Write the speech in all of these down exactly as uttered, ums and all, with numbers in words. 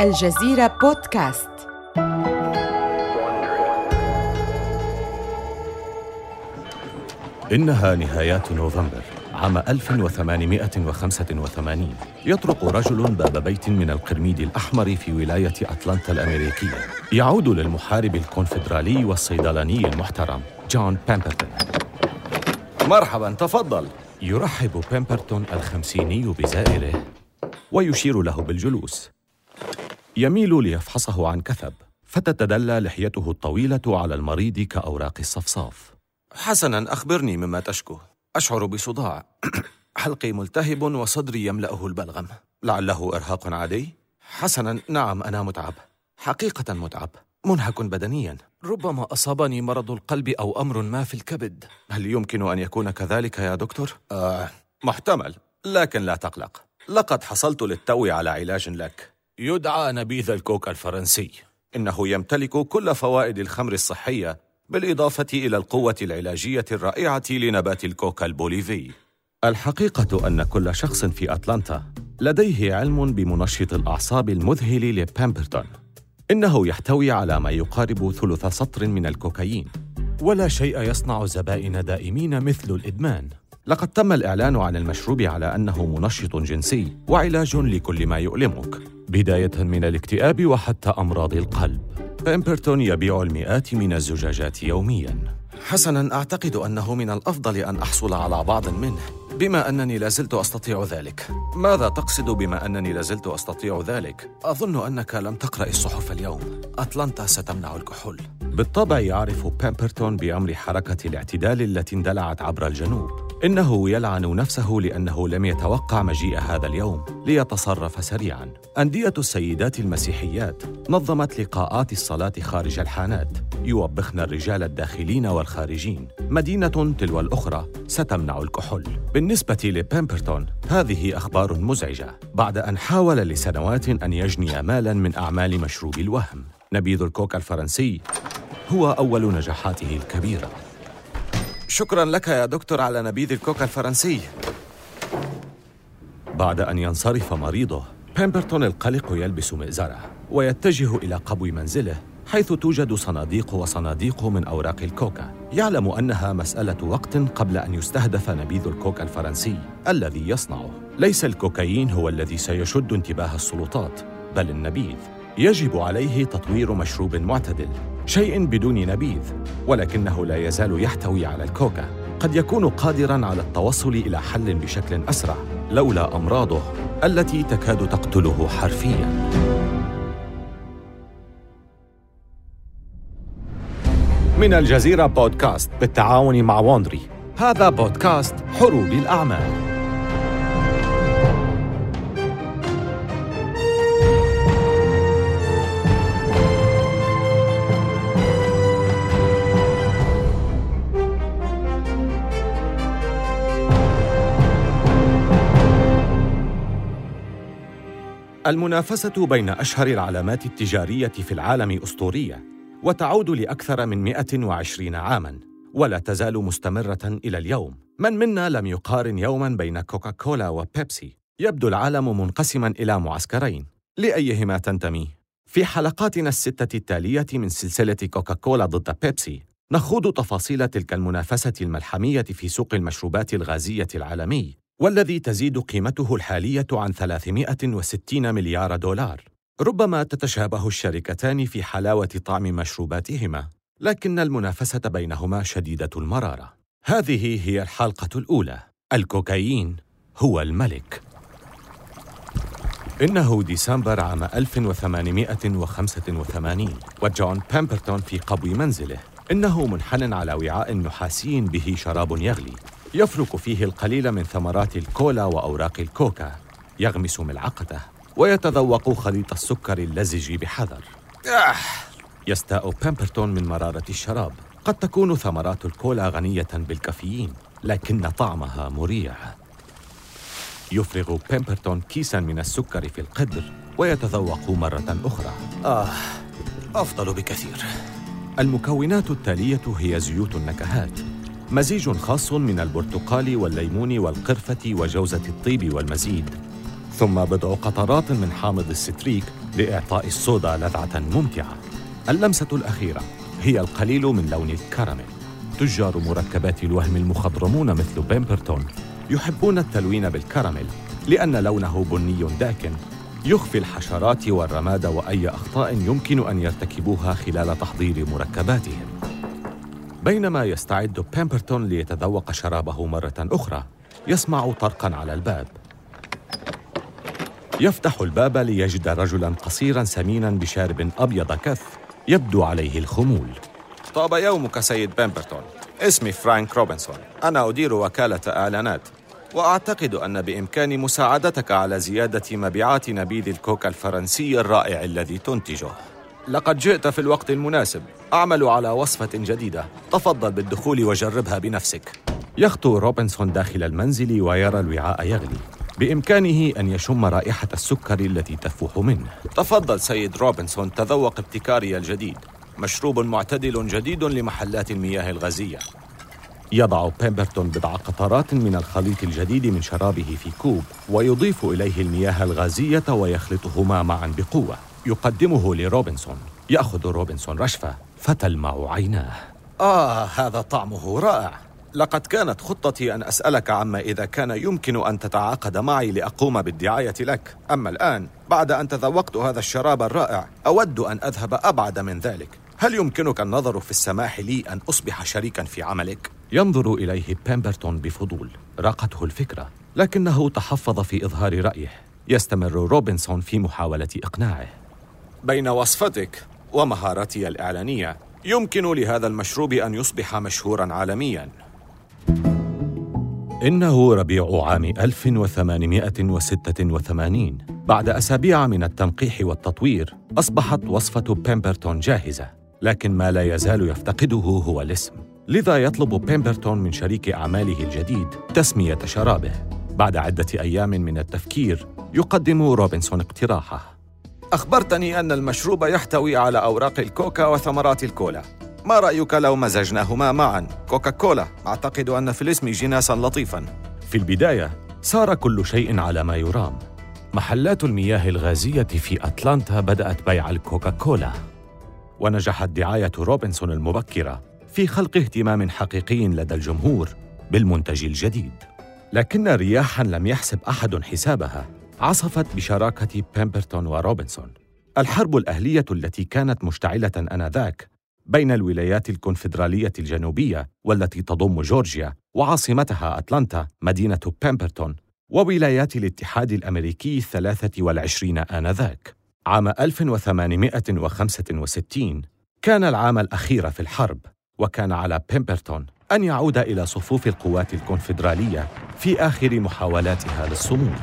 الجزيرة بودكاست. إنها نهايات نوفمبر عام ألف وثمانمائة وخمسة وثمانين. يطرق رجل باب بيت من القرميد الأحمر في ولاية أتلانتا الأمريكية. يعود للمحارب الكونفدرالي والصيدلاني المحترم جون بامبرتون. مرحباً، تفضل. يرحب بامبرتون الخمسيني بزائره ويشير له بالجلوس. يميل ليفحصه عن كثب، فتتدلى لحيته الطويلة على المريض كأوراق الصفصاف. حسناً، أخبرني مما تشكو. أشعر بصداع، حلقي ملتهب وصدري يملأه البلغم. لعله إرهاق عادي؟ حسناً، نعم، أنا متعب، حقيقة متعب، منهك بدنياً. ربما أصابني مرض القلب أو أمر ما في الكبد. هل يمكن أن يكون كذلك يا دكتور؟ آه، محتمل، لكن لا تقلق، لقد حصلت للتو على علاج لك. يدعى نبيذ الكوكا الفرنسي. إنه يمتلك كل فوائد الخمر الصحية، بالإضافة إلى القوة العلاجية الرائعة لنبات الكوكا البوليفي. الحقيقة أن كل شخص في أتلانتا لديه علم بمنشط الأعصاب المذهل لبامبرتون. إنه يحتوي على ما يقارب ثلث سطر من الكوكايين، ولا شيء يصنع زبائن دائمين مثل الإدمان. لقد تم الإعلان عن المشروب على أنه منشط جنسي وعلاج لكل ما يؤلمك، بداية من الاكتئاب وحتى أمراض القلب. بامبرتون يبيع المئات من الزجاجات يومياً. حسناً، أعتقد أنه من الأفضل أن أحصل على بعض منه، بما أنني لازلت أستطيع ذلك. ماذا تقصد بما أنني لازلت أستطيع ذلك؟ أظن أنك لم تقرأ الصحف اليوم. أتلانتا ستمنع الكحول. بالطبع يعرف بامبرتون بأمر حركة الاعتدال التي اندلعت عبر الجنوب. إنه يلعن نفسه لأنه لم يتوقع مجيء هذا اليوم ليتصرف سريعاً. أندية السيدات المسيحيات نظمت لقاءات الصلاة خارج الحانات، يوبخن الرجال الداخلين والخارجين. مدينة تلو الأخرى ستمنع الكحول. بالنسبة لبامبرتون هذه أخبار مزعجة، بعد أن حاول لسنوات أن يجني مالاً من أعمال مشروب الوهم. نبيذ الكوكا الفرنسي هو أول نجاحاته الكبيرة. شكراً لك يا دكتور على نبيذ الكوكا الفرنسي. بعد أن ينصرف مريضه، بامبرتون القلق يلبس مئزره ويتجه إلى قبو منزله، حيث توجد صناديق وصناديق من أوراق الكوكا. يعلم أنها مسألة وقت قبل أن يستهدف نبيذ الكوكا الفرنسي الذي يصنعه. ليس الكوكايين هو الذي سيشد انتباه السلطات، بل النبيذ. يجب عليه تطوير مشروب معتدل، شيء بدون نبيذ، ولكنه لا يزال يحتوي على الكوكا. قد يكون قادراً على التوصل إلى حل بشكل أسرع، لولا أمراضه التي تكاد تقتله حرفياً. من الجزيرة بودكاست بالتعاون مع ووندري. هذا بودكاست حروب الأعمال. المنافسة بين أشهر العلامات التجارية في العالم أسطورية، وتعود لأكثر من مئة وعشرين عاماً، ولا تزال مستمرة إلى اليوم. من منا لم يقارن يوماً بين كوكاكولا وبيبسي؟ يبدو العالم منقسماً إلى معسكرين، لأيهما تنتمي؟ في حلقاتنا الستة التالية من سلسلة كوكاكولا ضد بيبسي نخوض تفاصيل تلك المنافسة الملحمية في سوق المشروبات الغازية العالمي، والذي تزيد قيمته الحالية عن ثلاثمائة وستين مليار دولار. ربما تتشابه الشركتان في حلاوة طعم مشروباتهما، لكن المنافسة بينهما شديدة المرارة. هذه هي الحلقة الأولى. الكوكايين هو الملك. إنه ديسمبر عام ألف وثمانمائة وخمسة وثمانين، وجون بامبرتون في قبو منزله. إنه منحن على وعاء نحاسي به شراب يغلي، يفرك فيه القليل من ثمرات الكولا وأوراق الكوكا. يغمس ملعقته ويتذوق خليط السكر اللزج بحذر. آه! يستاء بامبرتون من مرارة الشراب. قد تكون ثمرات الكولا غنية بالكافيين، لكن طعمها مريع. يفرغ بامبرتون كيساً من السكر في القدر ويتذوق مرة أخرى. آه، أفضل بكثير. المكونات التالية هي زيوت النكهات، مزيج خاص من البرتقال والليمون والقرفة وجوزة الطيب والمزيد، ثم بضع قطرات من حامض الستريك لإعطاء الصودا لذعة ممتعة. اللمسة الأخيرة هي القليل من لون الكراميل. تجار مركبات الوهم المخضرمون مثل بيمبرتون يحبون التلوين بالكراميل لأن لونه بني داكن يخفي الحشرات والرماد وأي أخطاء يمكن أن يرتكبوها خلال تحضير مركباتهم. بينما يستعد بيمبرتون ليتذوق شرابه مرة أخرى، يسمع طرقاً على الباب. يفتح الباب ليجد رجلاً قصيراً سميناً بشارب أبيض كث يبدو عليه الخمول. طاب يومك سيد بيمبرتون. اسمي فرانك روبنسون، أنا أدير وكالة إعلانات، وأعتقد أن بإمكاني مساعدتك على زيادة مبيعات نبيذ الكوكا الفرنسي الرائع الذي تنتجه. لقد جئت في الوقت المناسب، أعمل على وصفة جديدة، تفضل بالدخول وجربها بنفسك. يخطو روبنسون داخل المنزل ويرى الوعاء يغلي. بإمكانه أن يشم رائحة السكر التي تفوح منه. تفضل سيد روبنسون، تذوق ابتكاري الجديد، مشروب معتدل جديد لمحلات المياه الغازية. يضع بيمبرتون بضع قطرات من الخليط الجديد من شرابه في كوب ويضيف إليه المياه الغازية ويخلطهما معا بقوة. يقدمه لروبنسون. يأخذ روبنسون رشفة فتلمع عيناه. آه، هذا طعمه رائع. لقد كانت خطتي أن أسألك عما إذا كان يمكن أن تتعاقد معي لأقوم بالدعاية لك، أما الآن بعد أن تذوقت هذا الشراب الرائع أود أن أذهب أبعد من ذلك. هل يمكنك النظر في السماح لي أن أصبح شريكاً في عملك؟ ينظر إليه بيمبرتون بفضول. راقته الفكرة، لكنه تحفظ في إظهار رأيه. يستمر روبنسون في محاولة إقناعه. بين وصفتك ومهارتي الإعلانية يمكن لهذا المشروب أن يصبح مشهوراً عالمياً. إنه ربيع عام ألف وثمانمائة وستة وثمانين. بعد أسابيع من التنقيح والتطوير أصبحت وصفة بيمبرتون جاهزة، لكن ما لا يزال يفتقده هو الاسم. لذا يطلب بيمبرتون من شريك أعماله الجديد تسمية شرابه. بعد عدة أيام من التفكير يقدم روبنسون اقتراحه. أخبرتني أن المشروب يحتوي على أوراق الكوكا وثمرات الكولا. ما رأيك لو مزجناهما معاً؟ كوكا كولا. أعتقد أن في الاسم جناساً لطيفاً. في البداية صار كل شيء على ما يرام. محلات المياه الغازية في أتلانتا بدأت بيع الكوكا كولا، ونجحت دعاية روبنسون المبكرة في خلق اهتمام حقيقي لدى الجمهور بالمنتج الجديد. لكن رياحاً لم يحسب أحد حسابها عصفت بشراكة بيمبرتون وروبنسون. الحرب الأهلية التي كانت مشتعلة آنذاك بين الولايات الكونفدرالية الجنوبية والتي تضم جورجيا وعاصمتها أتلانتا مدينة بيمبرتون، وولايات الاتحاد الأمريكي الثلاثة والعشرين آنذاك. عام ألف وثمانمائة وخمسة وستين كان العام الأخير في الحرب، وكان على بيمبرتون أن يعود إلى صفوف القوات الكونفدرالية في آخر محاولاتها للصمود.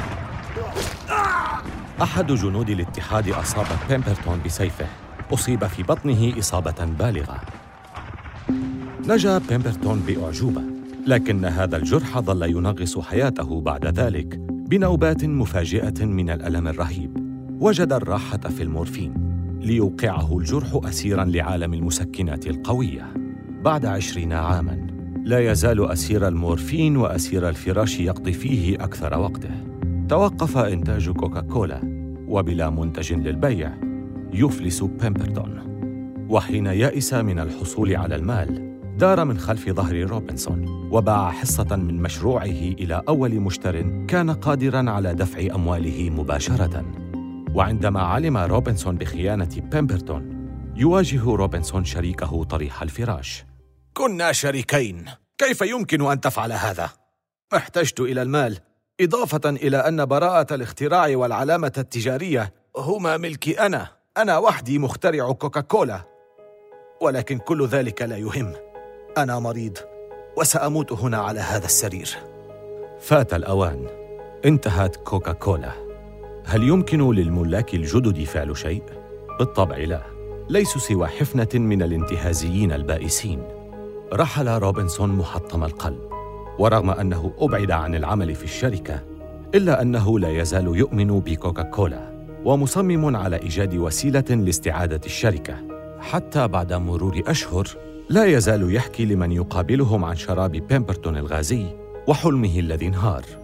أحد جنود الاتحاد أصاب بيمبرتون بسيفه، أصيب في بطنه إصابة بالغة. نجا بيمبرتون بأعجوبة، لكن هذا الجرح ظل ينغص حياته بعد ذلك بنوبات مفاجئة من الألم الرهيب. وجد الراحة في المورفين ليوقعه الجرح أسيراً لعالم المسكنات القوية. بعد عشرين عاماً لا يزال أسير المورفين وأسير الفراش يقضي فيه أكثر وقته. توقف إنتاج كوكاكولا، وبلا منتج للبيع يفلس بيمبرتون. وحين يأس من الحصول على المال دار من خلف ظهر روبنسون وباع حصة من مشروعه إلى أول مشتر كان قادراً على دفع أمواله مباشرة. وعندما علم روبنسون بخيانة بيمبرتون يواجه روبنسون شريكه طريح الفراش. كنا شريكين، كيف يمكن أن تفعل هذا؟ احتجت إلى المال، إضافة إلى أن براءة الاختراع والعلامة التجارية هما ملكي أنا. أنا وحدي مخترع كوكاكولا، ولكن كل ذلك لا يهم. أنا مريض وسأموت هنا على هذا السرير. فات الأوان، انتهت كوكاكولا. هل يمكن للملاك الجدد فعل شيء؟ بالطبع لا، ليسوا سوى حفنة من الانتهازيين البائسين. رحل روبنسون محطم القلب، ورغم أنه أبعد عن العمل في الشركة إلا أنه لا يزال يؤمن بكوكاكولا ومصمم على إيجاد وسيلة لاستعادة الشركة. حتى بعد مرور أشهر لا يزال يحكي لمن يقابلهم عن شراب بيمبرتون الغازي وحلمه الذي انهار.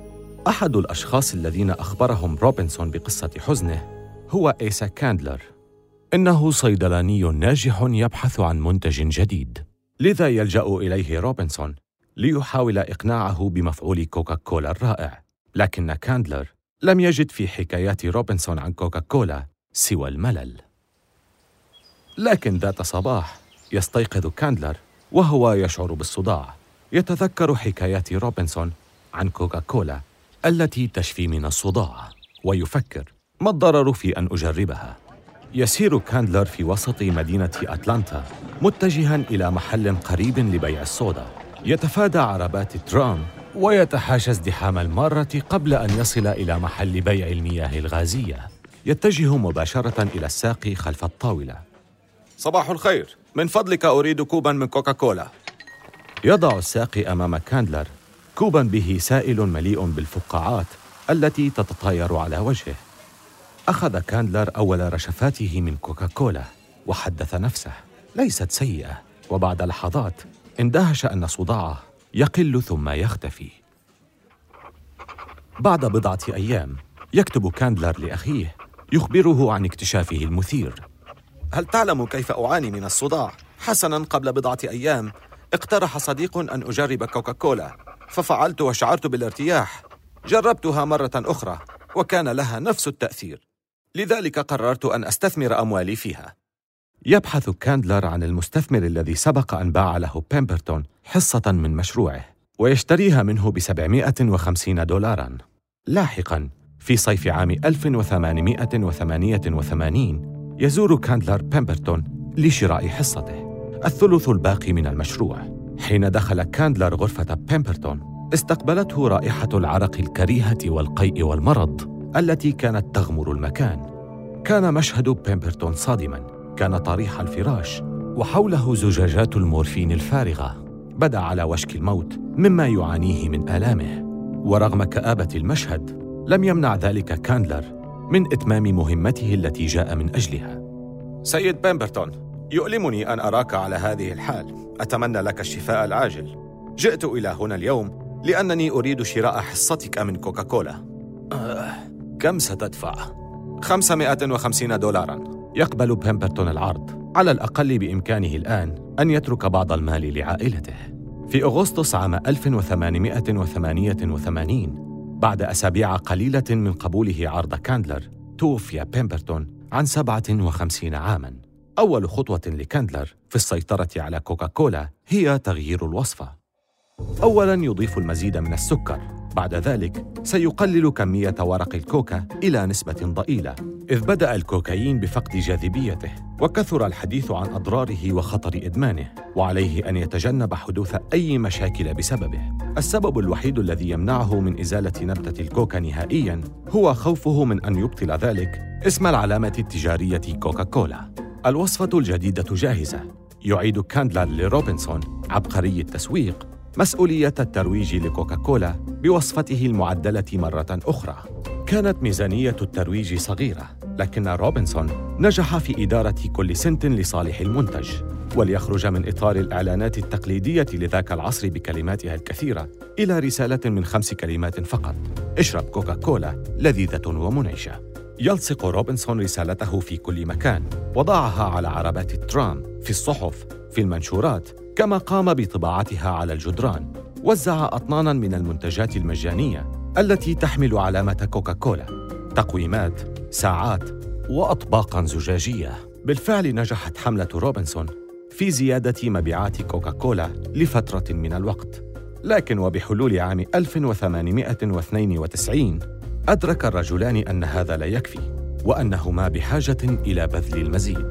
أحد الأشخاص الذين أخبرهم روبنسون بقصة حزنه هو إيسا كاندلر. إنه صيدلاني ناجح يبحث عن منتج جديد، لذا يلجأ إليه روبنسون ليحاول إقناعه بمفعول كوكاكولا الرائع. لكن كاندلر لم يجد في حكايات روبنسون عن كوكاكولا سوى الملل. لكن ذات صباح يستيقظ كاندلر وهو يشعر بالصداع. يتذكر حكايات روبنسون عن كوكاكولا التي تشفي من الصداع، ويفكر: ما الضرر في أن أجربها؟ يسير كاندلر في وسط مدينة أتلانتا متجهاً إلى محل قريب لبيع الصودا. يتفادى عربات الترام ويتحاشى ازدحام المارة قبل أن يصل إلى محل بيع المياه الغازية. يتجه مباشرة إلى الساقي خلف الطاولة. صباح الخير، من فضلك أريد كوباً من كوكاكولا. يضع الساقي أمام كاندلر كوباً به سائل مليء بالفقاعات التي تتطاير على وجهه. أخذ كاندلر أول رشفاته من كوكاكولا وحدث نفسه: ليست سيئة. وبعد لحظات اندهش أن صداعه يقل ثم يختفي. بعد بضعة أيام يكتب كاندلر لأخيه يخبره عن اكتشافه المثير: هل تعلم كيف أعاني من الصداع؟ حسناً، قبل بضعة أيام اقترح صديق أن أجرب كوكاكولا، ففعلت وشعرت بالارتياح. جربتها مرة أخرى وكان لها نفس التأثير، لذلك قررت أن أستثمر أموالي فيها. يبحث كاندلر عن المستثمر الذي سبق أن باع له بيمبرتون حصة من مشروعه ويشتريها منه بسبعمائة وخمسين دولاراً. لاحقاً في صيف عام ألف وثمانمائة وثمانية وثمانين يزور كاندلر بيمبرتون لشراء حصته، الثلث الباقي من المشروع. حين دخل كاندلر غرفة بيمبرتون استقبلته رائحة العرق الكريهة والقيء والمرض التي كانت تغمر المكان. كان مشهد بيمبرتون صادماً. كان طريح الفراش وحوله زجاجات المورفين الفارغة. بدا على وشك الموت مما يعانيه من آلامه. ورغم كآبة المشهد لم يمنع ذلك كاندلر من إتمام مهمته التي جاء من أجلها. سيد بيمبرتون، يؤلمني أن أراك على هذه الحال. أتمنى لك الشفاء العاجل. جئت إلى هنا اليوم لأنني أريد شراء حصتك من كوكاكولا. أه، كم ستدفع؟ خمسمائة وخمسين دولاراً. يقبل بيمبرتون العرض. على الأقل بإمكانه الآن أن يترك بعض المال لعائلته. في أغسطس عام ألف وثمانمائة وثمانية وثمانين، بعد أسابيع قليلة من قبوله عرض كاندلر، توفي بيمبرتون عن سبعة وخمسين عاماً. أول خطوة لكاندلر في السيطرة على كوكاكولا هي تغيير الوصفة. أولاً يضيف المزيد من السكر. بعد ذلك سيقلل كمية ورق الكوكا إلى نسبة ضئيلة، إذ بدأ الكوكايين بفقد جاذبيته وكثر الحديث عن أضراره وخطر إدمانه، وعليه أن يتجنب حدوث أي مشاكل بسببه. السبب الوحيد الذي يمنعه من إزالة نبتة الكوكا نهائياً هو خوفه من أن يبطل ذلك اسم العلامة التجارية كوكاكولا. الوصفة الجديدة جاهزة. يعيد كاندلر لروبنسون عبقري التسويق مسؤولية الترويج لكوكاكولا بوصفته المعدلة مرة أخرى. كانت ميزانية الترويج صغيرة، لكن روبنسون نجح في إدارة كل سنت لصالح المنتج. وليخرج من إطار الإعلانات التقليدية لذاك العصر بكلماتها الكثيرة إلى رسالة من خمس كلمات فقط: اشرب كوكاكولا لذيذة ومنعشة. يلصق روبنسون رسالته في كل مكان، وضعها على عربات الترام، في الصحف، في المنشورات، كما قام بطباعتها على الجدران. وزع أطناناً من المنتجات المجانية التي تحمل علامة كوكاكولا: تقويمات، ساعات، وأطباقاً زجاجية. بالفعل نجحت حملة روبنسون في زيادة مبيعات كوكاكولا لفترة من الوقت. لكن وبحلول عام ألف وثمانمائة واثنين وتسعين أدرك الرجلان أن هذا لا يكفي، وأنهما بحاجة إلى بذل المزيد.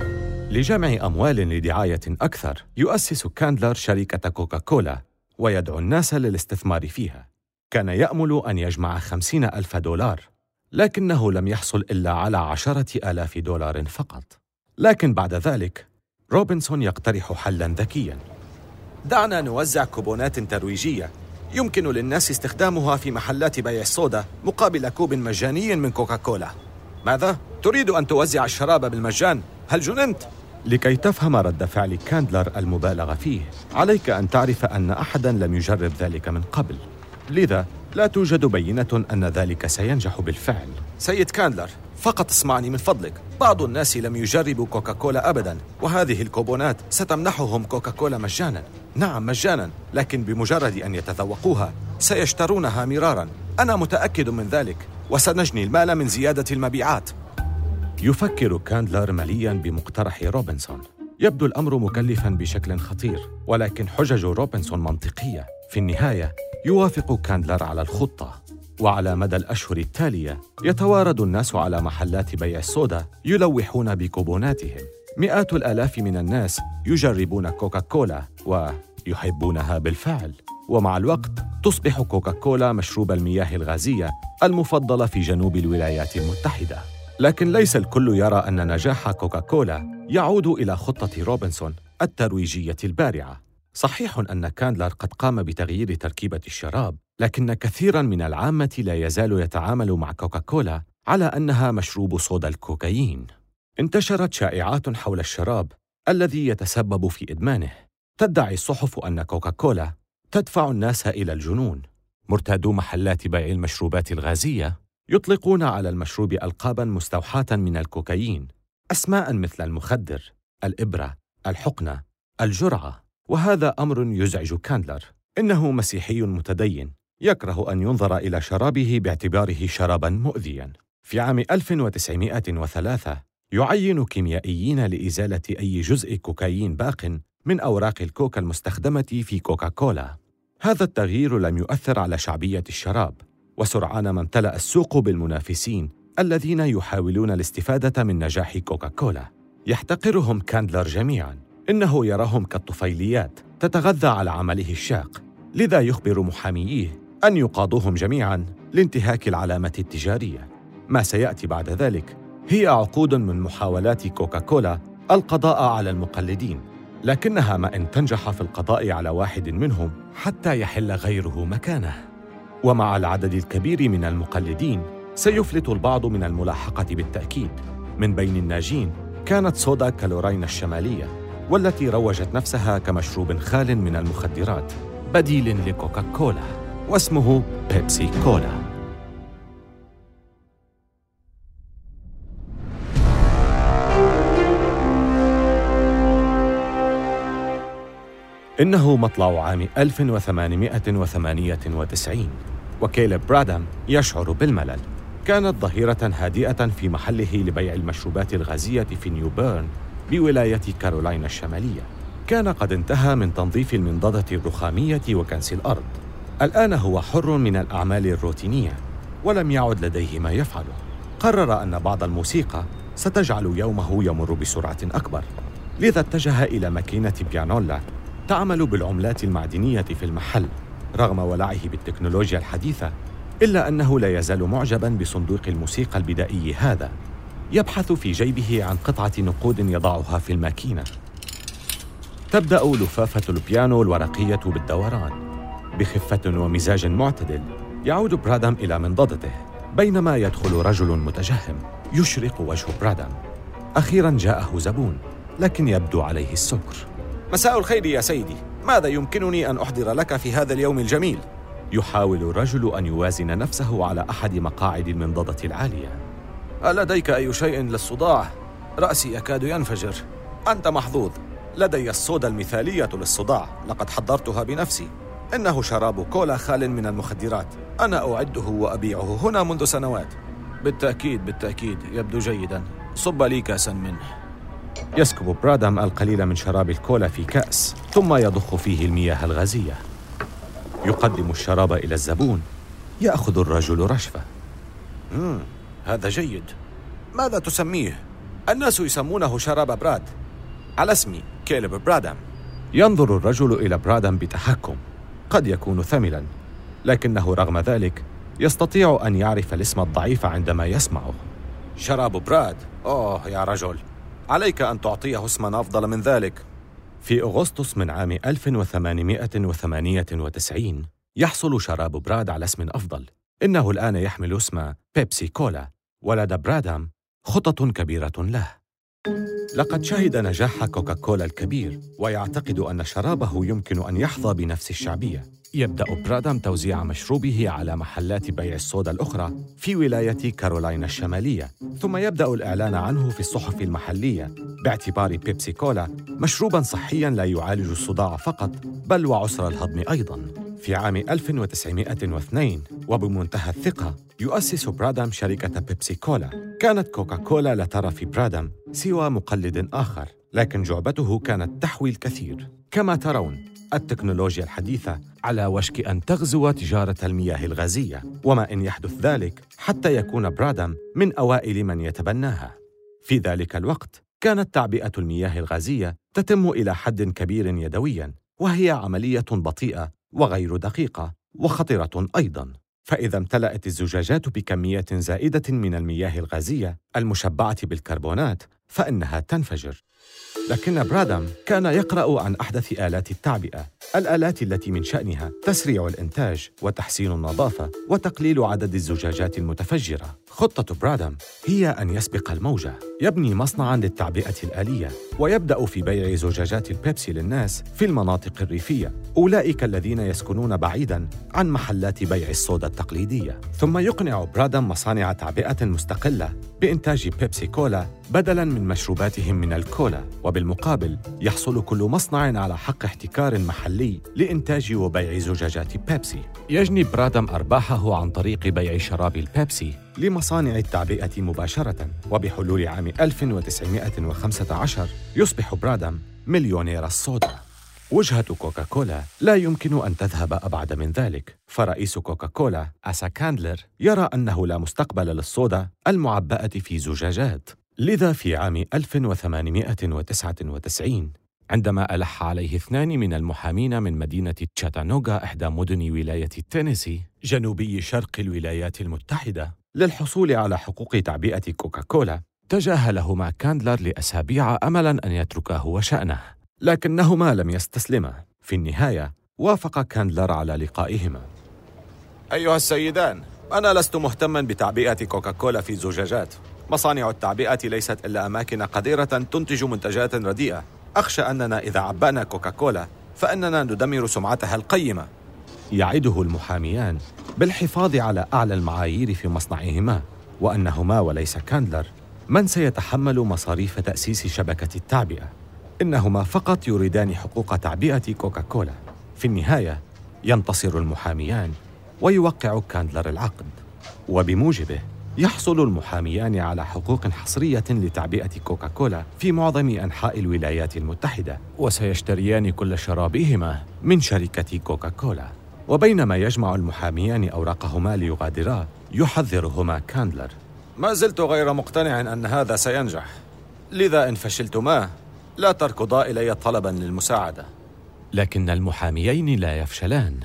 لجمع أموال لدعاية أكثر يؤسس كاندلر شركة كوكاكولا ويدعو الناس للاستثمار فيها. كان يأمل أن يجمع خمسين ألف دولار، لكنه لم يحصل إلا على عشرة آلاف دولار فقط. لكن بعد ذلك روبنسون يقترح حلاً ذكياً: دعنا نوزع كوبونات ترويجية يمكن للناس استخدامها في محلات بيع الصودا مقابل كوب مجاني من كوكاكولا. ماذا؟ تريد أن توزع الشراب بالمجان؟ هل جننت؟ لكي تفهم رد فعل كاندلر المبالغ فيه، عليك أن تعرف أن أحداً لم يجرب ذلك من قبل. لذا لا توجد بينة أن ذلك سينجح بالفعل. سيد كاندلر، فقط اسمعني من فضلك. بعض الناس لم يجربوا كوكاكولا أبداً، وهذه الكوبونات ستمنحهم كوكاكولا مجاناً. نعم مجاناً، لكن بمجرد أن يتذوقوها سيشترونها مراراً. أنا متأكد من ذلك، وسنجني المال من زيادة المبيعات. يفكر كاندلر ملياً بمقترح روبنسون. يبدو الأمر مكلفاً بشكل خطير، ولكن حجج روبنسون منطقية. في النهاية يوافق كاندلر على الخطة، وعلى مدى الأشهر التالية يتوارد الناس على محلات بيع الصودا يلوحون بكوبوناتهم. مئات الآلاف من الناس يجربون كوكاكولا ويحبونها بالفعل، ومع الوقت تصبح كوكاكولا مشروب المياه الغازية المفضل في جنوب الولايات المتحدة. لكن ليس الكل يرى أن نجاح كوكاكولا يعود إلى خطة روبنسون الترويجية البارعة. صحيح أن كاندلر قد قام بتغيير تركيبة الشراب، لكن كثيراً من العامة لا يزال يتعامل مع كوكاكولا على أنها مشروب صودا الكوكايين. انتشرت شائعات حول الشراب الذي يتسبب في إدمانه. تدعي الصحف أن كوكاكولا تدفع الناس إلى الجنون. مرتادو محلات بيع المشروبات الغازية يطلقون على المشروب ألقاباً مستوحاة من الكوكايين، أسماء مثل المخدر، الإبرة، الحقنة، الجرعة. وهذا أمر يزعج كاندلر. إنه مسيحي متدين يكره أن ينظر إلى شرابه باعتباره شراباً مؤذياً. في عام ألف وتسعمائة وثلاثة يعين كيميائيين لإزالة أي جزء كوكايين باق من أوراق الكوكا المستخدمة في كوكاكولا. هذا التغيير لم يؤثر على شعبية الشراب، وسرعان ما امتلأ السوق بالمنافسين الذين يحاولون الاستفادة من نجاح كوكاكولا. يحتقرهم كاندلر جميعاً. إنه يراهم كالطفيليات تتغذى على عمله الشاق، لذا يخبر محامييه أن يقاضوهم جميعاً لانتهاك العلامة التجارية. ما سيأتي بعد ذلك هي عقود من محاولات كوكاكولا القضاء على المقلدين، لكنها ما إن تنجح في القضاء على واحد منهم حتى يحل غيره مكانه. ومع العدد الكبير من المقلدين سيفلت البعض من الملاحقة بالتأكيد. من بين الناجين كانت صودا كالوراين الشمالية، والتي روجت نفسها كمشروب خال من المخدرات بديل لكوكاكولا، واسمه بيبسي كولا. إنه مطلع عام ألف وثمانمائة وثمانية وتسعين، وكيليب برادام يشعر بالملل. كانت ظهيرة هادئة في محله لبيع المشروبات الغازية في نيوبيرن بولاية كارولاينا الشمالية. كان قد انتهى من تنظيف المنضدة الرخامية وكنس الأرض. الآن هو حر من الأعمال الروتينية، ولم يعد لديه ما يفعله. قرر أن بعض الموسيقى ستجعل يومه يمر بسرعة أكبر، لذا اتجه إلى ماكينة بيانولا تعمل بالعملات المعدنية في المحل. رغم ولعه بالتكنولوجيا الحديثة، إلا أنه لا يزال معجباً بصندوق الموسيقى البدائي هذا. يبحث في جيبه عن قطعة نقود يضعها في الماكينة. تبدأ لفافة البيانو الورقية بالدوران. بخفة ومزاج معتدل يعود برادام إلى منضدته، بينما يدخل رجل متجهم. يشرق وجه برادام. أخيراً جاءه زبون، لكن يبدو عليه السكر. مساء الخير يا سيدي، ماذا يمكنني أن أحضر لك في هذا اليوم الجميل؟ يحاول الرجل أن يوازن نفسه على أحد مقاعد المنضدة العالية. ألديك أي شيء للصداع؟ رأسي يكاد ينفجر. أنت محظوظ، لدي الصودا المثالية للصداع، لقد حضرتها بنفسي. إنه شراب كولا خال من المخدرات، أنا أعده وأبيعه هنا منذ سنوات. بالتأكيد بالتأكيد، يبدو جيداً، صب لي كاساً منه. يسكب برادام القليل من شراب الكولا في كأس، ثم يضخ فيه المياه الغازية. يقدم الشراب إلى الزبون. يأخذ الرجل رشفة. مم. هذا جيد. ماذا تسميه؟ الناس يسمونه شراب براد، على اسمي كيليب برادام. ينظر الرجل إلى برادام بتحكم. قد يكون ثملا، لكنه رغم ذلك يستطيع أن يعرف الاسم الضعيف عندما يسمعه. شراب براد؟ أوه يا رجل، عليك أن تعطيه اسما أفضل من ذلك. في أغسطس من عام ألف وثمانمائة وثمانية وتسعين يحصل شراب براد على اسم أفضل. إنه الآن يحمل اسم بيبسي كولا، ولدى برادام خطط كبيرة له. لقد شهد نجاح كوكاكولا الكبير، ويعتقد أن شرابه يمكن أن يحظى بنفس الشعبية. يبدأ برادام توزيع مشروبه على محلات بيع الصودا الأخرى في ولاية كارولاينا الشمالية، ثم يبدأ الإعلان عنه في الصحف المحلية باعتبار بيبسي كولا مشروباً صحياً لا يعالج الصداع فقط بل وعسر الهضم أيضاً. في عام ألف وتسعمائة واثنين وبمنتهى الثقة يؤسس برادام شركة بيبسي كولا. كانت كوكا كولا لا ترى في برادام سوى مقلد آخر، لكن جعبته كانت تحوي الكثير. كما ترون، التكنولوجيا الحديثة على وشك أن تغزو تجارة المياه الغازية، وما إن يحدث ذلك حتى يكون برادام من أوائل من يتبناها. في ذلك الوقت كانت تعبئة المياه الغازية تتم إلى حد كبير يدوياً، وهي عملية بطيئة وغير دقيقة وخطرة أيضاً، فإذا امتلأت الزجاجات بكمية زائدة من المياه الغازية المشبعة بالكربونات فإنها تنفجر. لكن برادام كان يقرأ عن أحدث آلات التعبئة، الآلات التي من شأنها تسريع الإنتاج وتحسين النظافة وتقليل عدد الزجاجات المتفجرة. خطة برادام هي أن يسبق الموجة، يبني مصنعاً للتعبئة الآلية ويبدأ في بيع زجاجات البيبسي للناس في المناطق الريفية، أولئك الذين يسكنون بعيداً عن محلات بيع الصودا التقليدية. ثم يقنع برادام مصانع تعبئة مستقلة بإنتاج بيبسي كولا بدلاً من مشروباتهم من الكولا، وبالمقابل يحصل كل مصنع على حق احتكار محلي لإنتاج وبيع زجاجات بيبسي. يجني برادام أرباحه عن طريق بيع شراب البيبسي لمصانع التعبئة مباشرة، وبحلول عام ألف وتسعمائة وخمسة عشر يصبح برادام مليونير الصودا. وجهة كوكاكولا لا يمكن أن تذهب أبعد من ذلك، فرئيس كوكاكولا آسا كاندلر يرى أنه لا مستقبل للصودا المعبأة في زجاجات. لذا في عام ألف وثمانمائة وتسعة وتسعين عندما ألح عليه اثنان من المحامين من مدينة تشاتانوغا إحدى مدن ولاية تينيسي جنوبي شرق الولايات المتحدة للحصول على حقوق تعبئة كوكاكولا، تجاهلهما كاندلر لأسابيع أملاً أن يتركاه وشأنه، لكنهما لم يستسلما. في النهاية وافق كاندلر على لقائهما. أيها السيدان، أنا لست مهتماً بتعبئة كوكاكولا في زجاجات. مصانع التعبئة ليست إلا أماكن قديرة تنتج منتجات رديئة. أخشى أننا إذا عبأنا كوكاكولا فإننا ندمر سمعتها القيمة. يعده المحاميان بالحفاظ على أعلى المعايير في مصنعهما، وأنهما وليس كاندلر من سيتحمل مصاريف تأسيس شبكة التعبئة، إنهما فقط يريدان حقوق تعبئة كوكاكولا. في النهاية ينتصر المحاميان ويوقع كاندلر العقد، وبموجبه يحصل المحاميان على حقوق حصرية لتعبئة كوكاكولا في معظم أنحاء الولايات المتحدة، وسيشتريان كل شرابهما من شركة كوكاكولا. وبينما يجمع المحاميان أوراقهما ليغادرا يحذرهما كاندلر. ما زلت غير مقتنع أن هذا سينجح، لذا إن فشلتما لا تركضا إلي طلباً للمساعدة. لكن المحاميين لا يفشلان.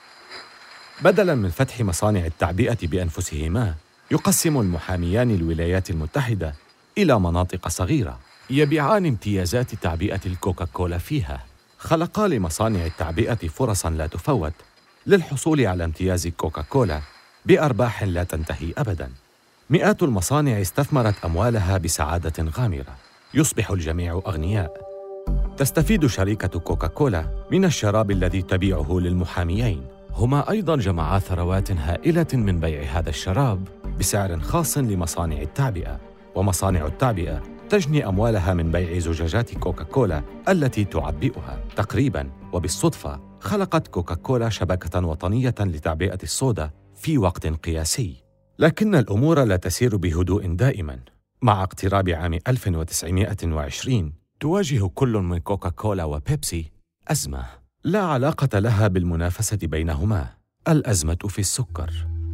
بدلاً من فتح مصانع التعبئة بأنفسهما، يقسم المحاميان الولايات المتحدة إلى مناطق صغيرة يبيعان امتيازات تعبئة الكوكاكولا فيها. خلقا لمصانع التعبئة فرصاً لا تفوت للحصول على امتياز كوكاكولا بأرباح لا تنتهي أبداً. مئات المصانع استثمرت أموالها بسعادة غامرة، يصبح الجميع أغنياء. تستفيد شركة كوكاكولا من الشراب الذي تبيعه للمحاميين. هما أيضاً جمعا ثروات هائلة من بيع هذا الشراب بسعر خاص لمصانع التعبئة، ومصانع التعبئة تجني أموالها من بيع زجاجات كوكاكولا التي تعبئها. تقريباً وبالصدفة خلقت كوكاكولا شبكة وطنية لتعبئة الصودا في وقت قياسي. لكن الأمور لا تسير بهدوء دائماً. مع اقتراب عام ألف وتسعمائة وعشرين تواجه كل من كوكاكولا وبيبسي أزمة لا علاقة لها بالمنافسة بينهما، الأزمة في السكر.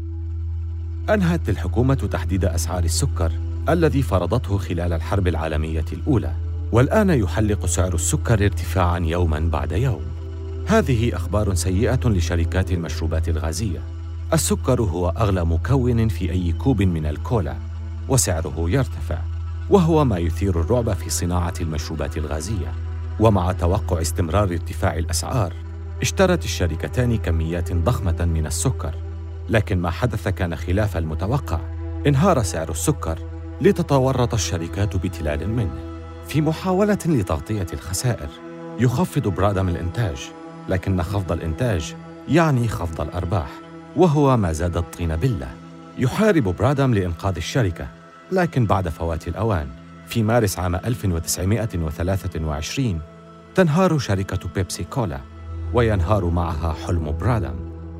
أنهت الحكومة تحديد أسعار السكر الذي فرضته خلال الحرب العالمية الأولى، والآن يحلق سعر السكر ارتفاعاً يوماً بعد يوم. هذه أخبار سيئة لشركات المشروبات الغازية. السكر هو أغلى مكون في أي كوب من الكولا، وسعره يرتفع، وهو ما يثير الرعب في صناعة المشروبات الغازية. ومع توقع استمرار ارتفاع الأسعار، اشترت الشركتان كميات ضخمة من السكر، لكن ما حدث كان خلاف المتوقع. انهار سعر السكر لتتورط الشركات بتلال منه. في محاولة لتغطية الخسائر، يخفض برادام الإنتاج، لكن خفض الإنتاج يعني خفض الأرباح، وهو ما زاد الطين بلة. يحارب برادام لإنقاذ الشركة، لكن بعد فوات الأوان في مارس عام ألف وتسعمائة وثلاثة وعشرين تنهار شركة بيبسي كولا، وينهار معها حلم برادام.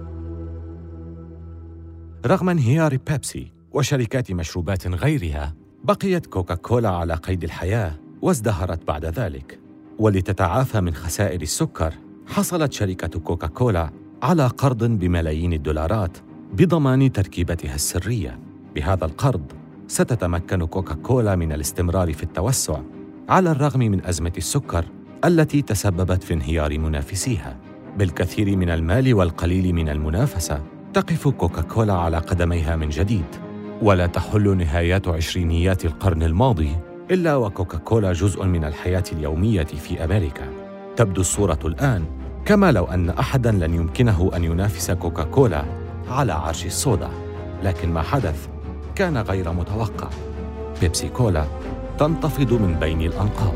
رغم انهيار بيبسي وشركات مشروبات غيرها، بقيت كوكا كولا على قيد الحياة وازدهرت بعد ذلك. ولتتعافى من خسائر السكر، حصلت شركة كوكا كولا على قرض بملايين الدولارات بضمان تركيبتها السرية. بهذا القرض ستتمكن كوكا كولا من الاستمرار في التوسع على الرغم من أزمة السكر التي تسببت في انهيار منافسيها. بالكثير من المال والقليل من المنافسة، تقف كوكا كولا على قدميها من جديد. ولا تحل نهايات عشرينيات القرن الماضي إلا وكوكا كولا جزء من الحياة اليومية في أمريكا. تبدو الصورة الآن كما لو أن أحداً لن يمكنه أن ينافس كوكا كولا على عرش الصودا، لكن ما حدث كان غير متوقع. بيبسي كولا تنتفض من بين الأنقاض.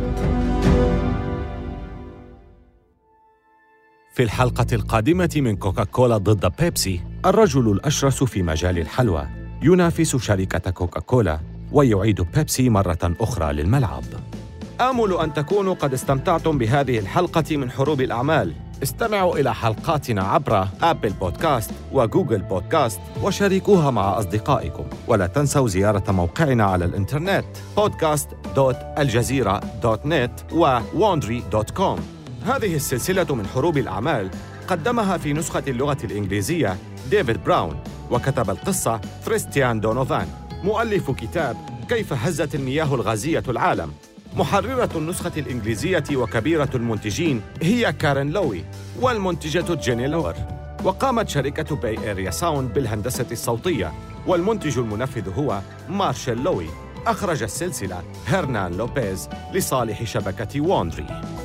في الحلقة القادمة من كوكا كولا ضد بيبسي، الرجل الأشرس في مجال الحلوى ينافس شركة كوكا كولا ويعيد بيبسي مرة أخرى للملعب. آمل أن تكونوا قد استمتعتم بهذه الحلقة من حروب الأعمال. استمعوا إلى حلقاتنا عبر آبل بودكاست وجوجل بودكاست وشاركوها مع أصدقائكم. ولا تنسوا زيارة موقعنا على الإنترنت بودكاست دوت الجزيرة دوت نت و واندري دوت كوم. هذه السلسلة من حروب الأعمال قدمها في نسخة اللغة الإنجليزية ديفيد براون، وكتب القصة كريستيان دونوفان، مؤلف كتاب كيف هزت المياه الغازية العالم. محررة النسخة الإنجليزية وكبيرة المنتجين هي كارين لوي، والمنتجة جيني لور. وقامت شركة باي إيريا ساوند بالهندسة الصوتية، والمنتج المنفذ هو مارشيل لوي. أخرج السلسلة هرنان لوبيز لصالح شبكة واندري.